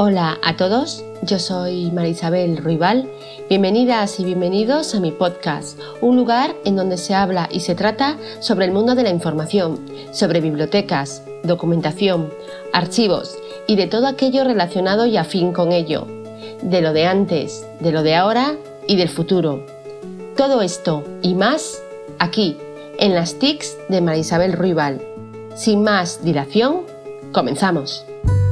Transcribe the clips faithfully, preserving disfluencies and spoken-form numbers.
Hola a todos, yo soy María Isabel Ruibal. Bienvenidas y bienvenidos a mi podcast, un lugar en donde se habla y se trata sobre el mundo de la información, sobre bibliotecas, documentación, archivos y de todo aquello relacionado y afín con ello, de lo de antes, de lo de ahora y del futuro. Todo esto y más aquí, en las T I Cs de María Isabel Ruibal. Sin más dilación, comenzamos.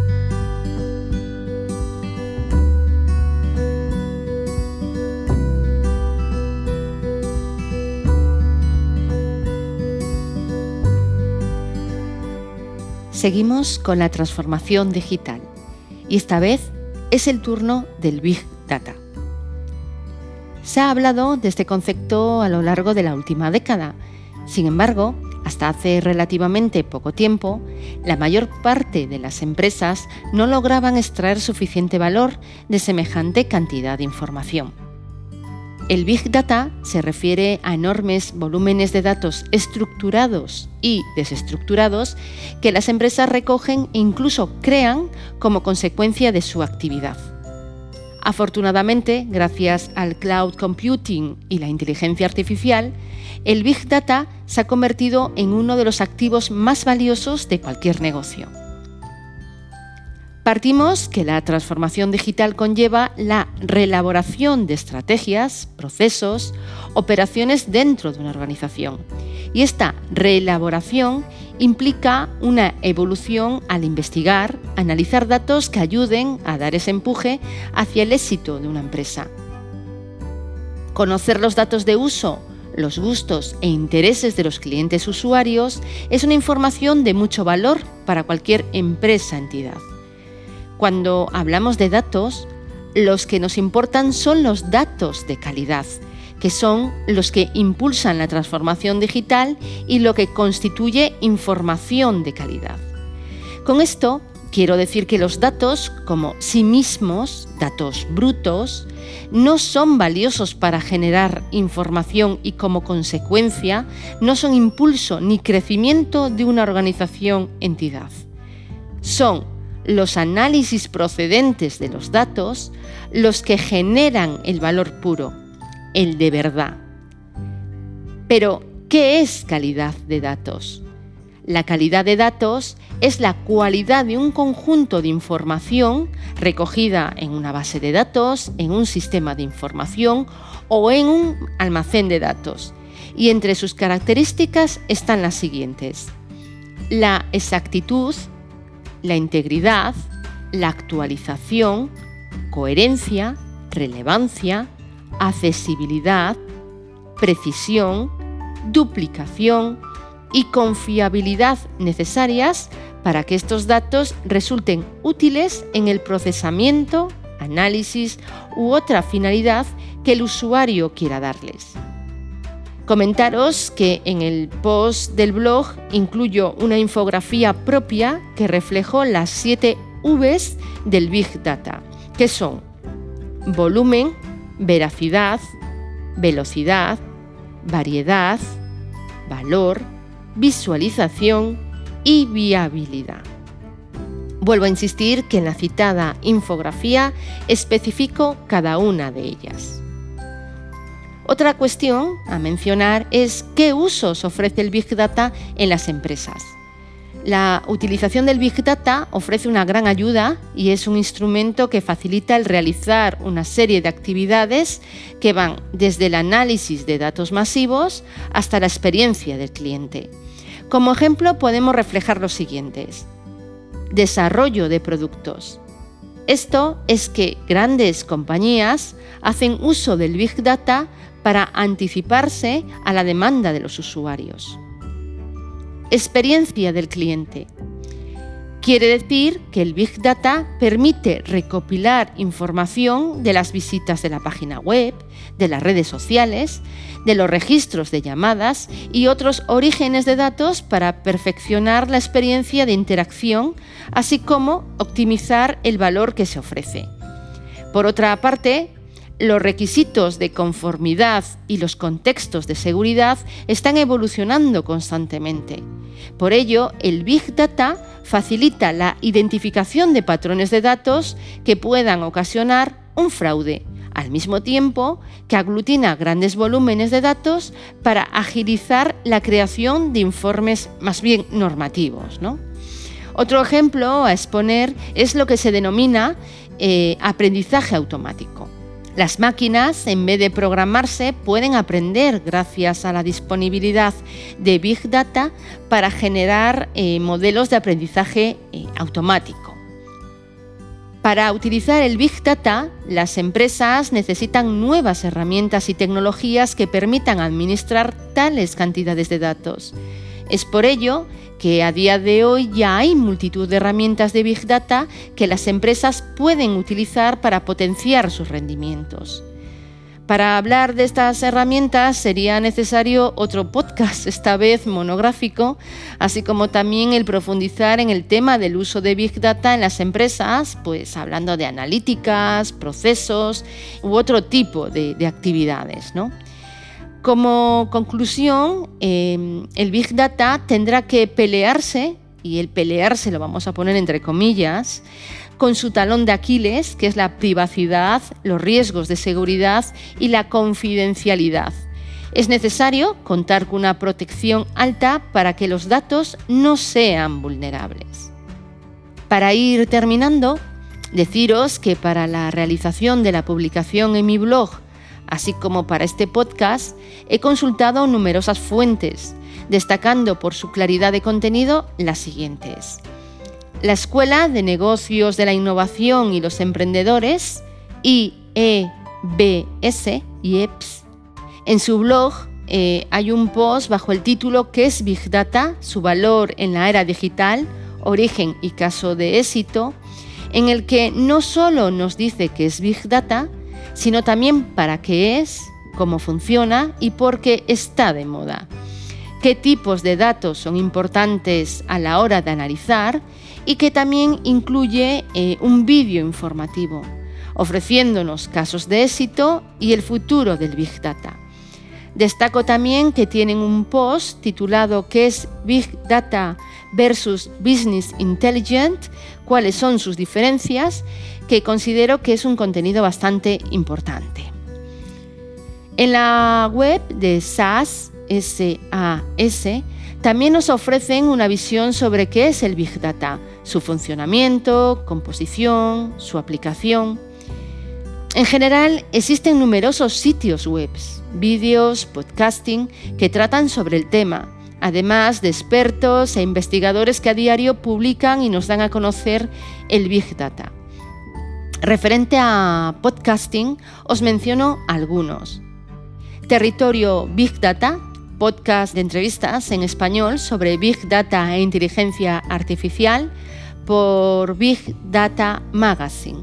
Seguimos con la transformación digital y esta vez es el turno del Big Data. Se ha hablado de este concepto a lo largo de la última década. Sin embargo, hasta hace relativamente poco tiempo, la mayor parte de las empresas no lograban extraer suficiente valor de semejante cantidad de información. El Big Data se refiere a enormes volúmenes de datos estructurados y desestructurados que las empresas recogen e incluso crean como consecuencia de su actividad. Afortunadamente, gracias al cloud computing y la inteligencia artificial, el Big Data se ha convertido en uno de los activos más valiosos de cualquier negocio. Partimos que la transformación digital conlleva la reelaboración de estrategias, procesos, operaciones dentro de una organización. Y esta reelaboración implica una evolución al investigar, analizar datos que ayuden a dar ese empuje hacia el éxito de una empresa. Conocer los datos de uso, los gustos e intereses de los clientes usuarios es una información de mucho valor para cualquier empresa-entidad. Cuando hablamos de datos, los que nos importan son los datos de calidad, que son los que impulsan la transformación digital y lo que constituye información de calidad. Con esto, quiero decir que los datos, como sí mismos, datos brutos, no son valiosos para generar información y como consecuencia no son impulso ni crecimiento de una organización-entidad. Son los análisis procedentes de los datos los que generan el valor puro, el de verdad. Pero, ¿qué es calidad de datos? La calidad de datos es la cualidad de un conjunto de información recogida en una base de datos, en un sistema de información o en un almacén de datos. Y entre sus características están las siguientes: la exactitud, la integridad, la actualización, coherencia, relevancia, accesibilidad, precisión, duplicación y confiabilidad necesarias para que estos datos resulten útiles en el procesamiento, análisis u otra finalidad que el usuario quiera darles. Comentaros que en el post del blog incluyo una infografía propia que reflejó las siete V's del Big Data, que son volumen, veracidad, velocidad, variedad, valor, visualización y viabilidad. Vuelvo a insistir que en la citada infografía especifico cada una de ellas. Otra cuestión a mencionar es qué usos ofrece el Big Data en las empresas. La utilización del Big Data ofrece una gran ayuda y es un instrumento que facilita el realizar una serie de actividades que van desde el análisis de datos masivos hasta la experiencia del cliente. Como ejemplo podemos reflejar los siguientes: desarrollo de productos. Esto es que grandes compañías hacen uso del Big Data para anticiparse a la demanda de los usuarios. Experiencia del cliente. Quiere decir que el Big Data permite recopilar información de las visitas de la página web, de las redes sociales, de los registros de llamadas y otros orígenes de datos para perfeccionar la experiencia de interacción, así como optimizar el valor que se ofrece. Por otra parte, Los requisitos de conformidad y los contextos de seguridad están evolucionando constantemente. Por ello, el Big Data facilita la identificación de patrones de datos que puedan ocasionar un fraude, al mismo tiempo que aglutina grandes volúmenes de datos para agilizar la creación de informes más bien normativos, ¿no? Otro ejemplo a exponer es lo que se denomina eh, aprendizaje automático. Las máquinas, en vez de programarse, pueden aprender gracias a la disponibilidad de Big Data para generar eh, modelos de aprendizaje eh, automático. Para utilizar el Big Data, las empresas necesitan nuevas herramientas y tecnologías que permitan administrar tales cantidades de datos. Es por ello que a día de hoy ya hay multitud de herramientas de Big Data que las empresas pueden utilizar para potenciar sus rendimientos. Para hablar de estas herramientas sería necesario otro podcast, esta vez monográfico, así como también el profundizar en el tema del uso de Big Data en las empresas, pues hablando de analíticas, procesos u otro tipo de, de actividades, ¿no? Como conclusión, eh, el Big Data tendrá que pelearse, y el pelearse lo vamos a poner entre comillas, con su talón de Aquiles, que es la privacidad, los riesgos de seguridad y la confidencialidad. Es necesario contar con una protección alta para que los datos no sean vulnerables. Para ir terminando, deciros que para la realización de la publicación en mi blog, así como para este podcast, he consultado numerosas fuentes, destacando por su claridad de contenido las siguientes. La Escuela de Negocios de la Innovación y los Emprendedores, I E B S, I E B S. En su blog eh, hay un post bajo el título ¿Qué es Big Data? Su valor en la era digital, origen y caso de éxito, en el que no solo nos dice qué es Big Data, sino también para qué es, cómo funciona y por qué está de moda, qué tipos de datos son importantes a la hora de analizar y que también incluye eh, un vídeo informativo, ofreciéndonos casos de éxito y el futuro del Big Data. Destaco también que tienen un post titulado ¿Qué es Big Data versus Business Intelligence? ¿Cuáles son sus diferencias? Que considero que es un contenido bastante importante. En la web de SAS, S A S, también nos ofrecen una visión sobre qué es el Big Data, su funcionamiento, composición, su aplicación. En general, existen numerosos sitios web, vídeos, podcasting que tratan sobre el tema, además de expertos e investigadores que a diario publican y nos dan a conocer el Big Data. Referente a podcasting, os menciono algunos. Territorio Big Data, podcast de entrevistas en español sobre Big Data e inteligencia artificial por Big Data Magazine.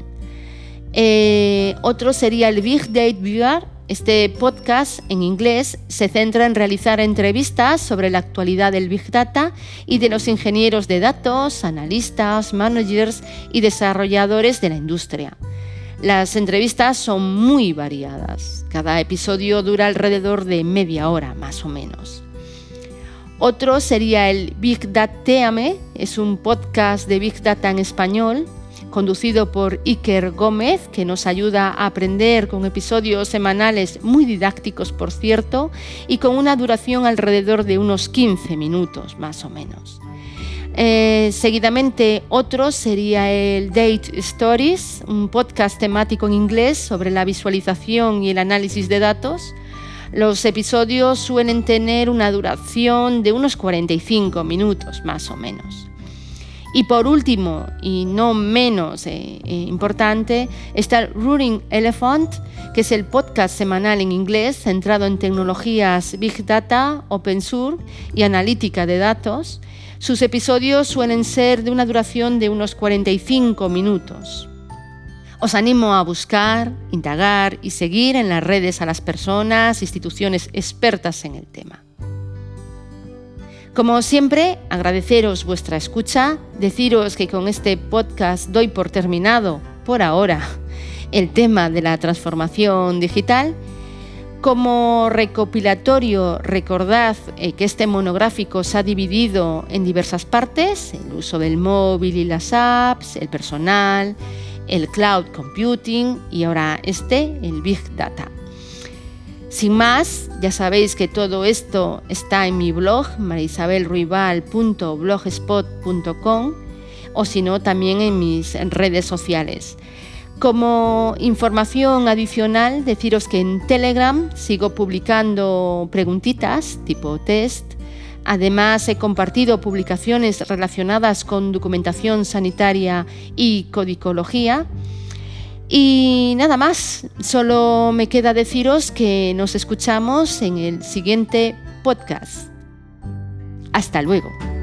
Eh, otro sería el Big Data Viewer. Este podcast en inglés se centra en realizar entrevistas sobre la actualidad del Big Data y de los ingenieros de datos, analistas, managers y desarrolladores de la industria. Las entrevistas son muy variadas. Cada episodio dura alrededor de media hora, más o menos. Otro sería el Big Dateame, es un podcast de Big Data en español, conducido por Iker Gómez, que nos ayuda a aprender con episodios semanales muy didácticos, por cierto, y con una duración alrededor de unos quince minutos, más o menos. Eh, seguidamente, otro sería el Data Stories, un podcast temático en inglés sobre la visualización y el análisis de datos. Los episodios suelen tener una duración de unos cuarenta y cinco minutos, más o menos. Y por último, y no menos eh, eh, importante, está el Running Elephant, que es el podcast semanal en inglés centrado en tecnologías Big Data, Open Source y analítica de datos. Sus episodios suelen ser de una duración de unos cuarenta y cinco minutos. Os animo a buscar, indagar y seguir en las redes a las personas, instituciones expertas en el tema. Como siempre, agradeceros vuestra escucha, deciros que con este podcast doy por terminado, por ahora, el tema de la transformación digital. Como recopilatorio, recordad eh, que este monográfico se ha dividido en diversas partes: el uso del móvil y las apps, el personal, el cloud computing y ahora este, el Big Data. Sin más, ya sabéis que todo esto está en mi blog marisabel ruibal punto blogspot punto com o si no también en mis redes sociales. Como información adicional, deciros que en Telegram sigo publicando preguntitas tipo test. Además, he compartido publicaciones relacionadas con documentación sanitaria y codicología. Y nada más, solo me queda deciros que nos escuchamos en el siguiente podcast. Hasta luego.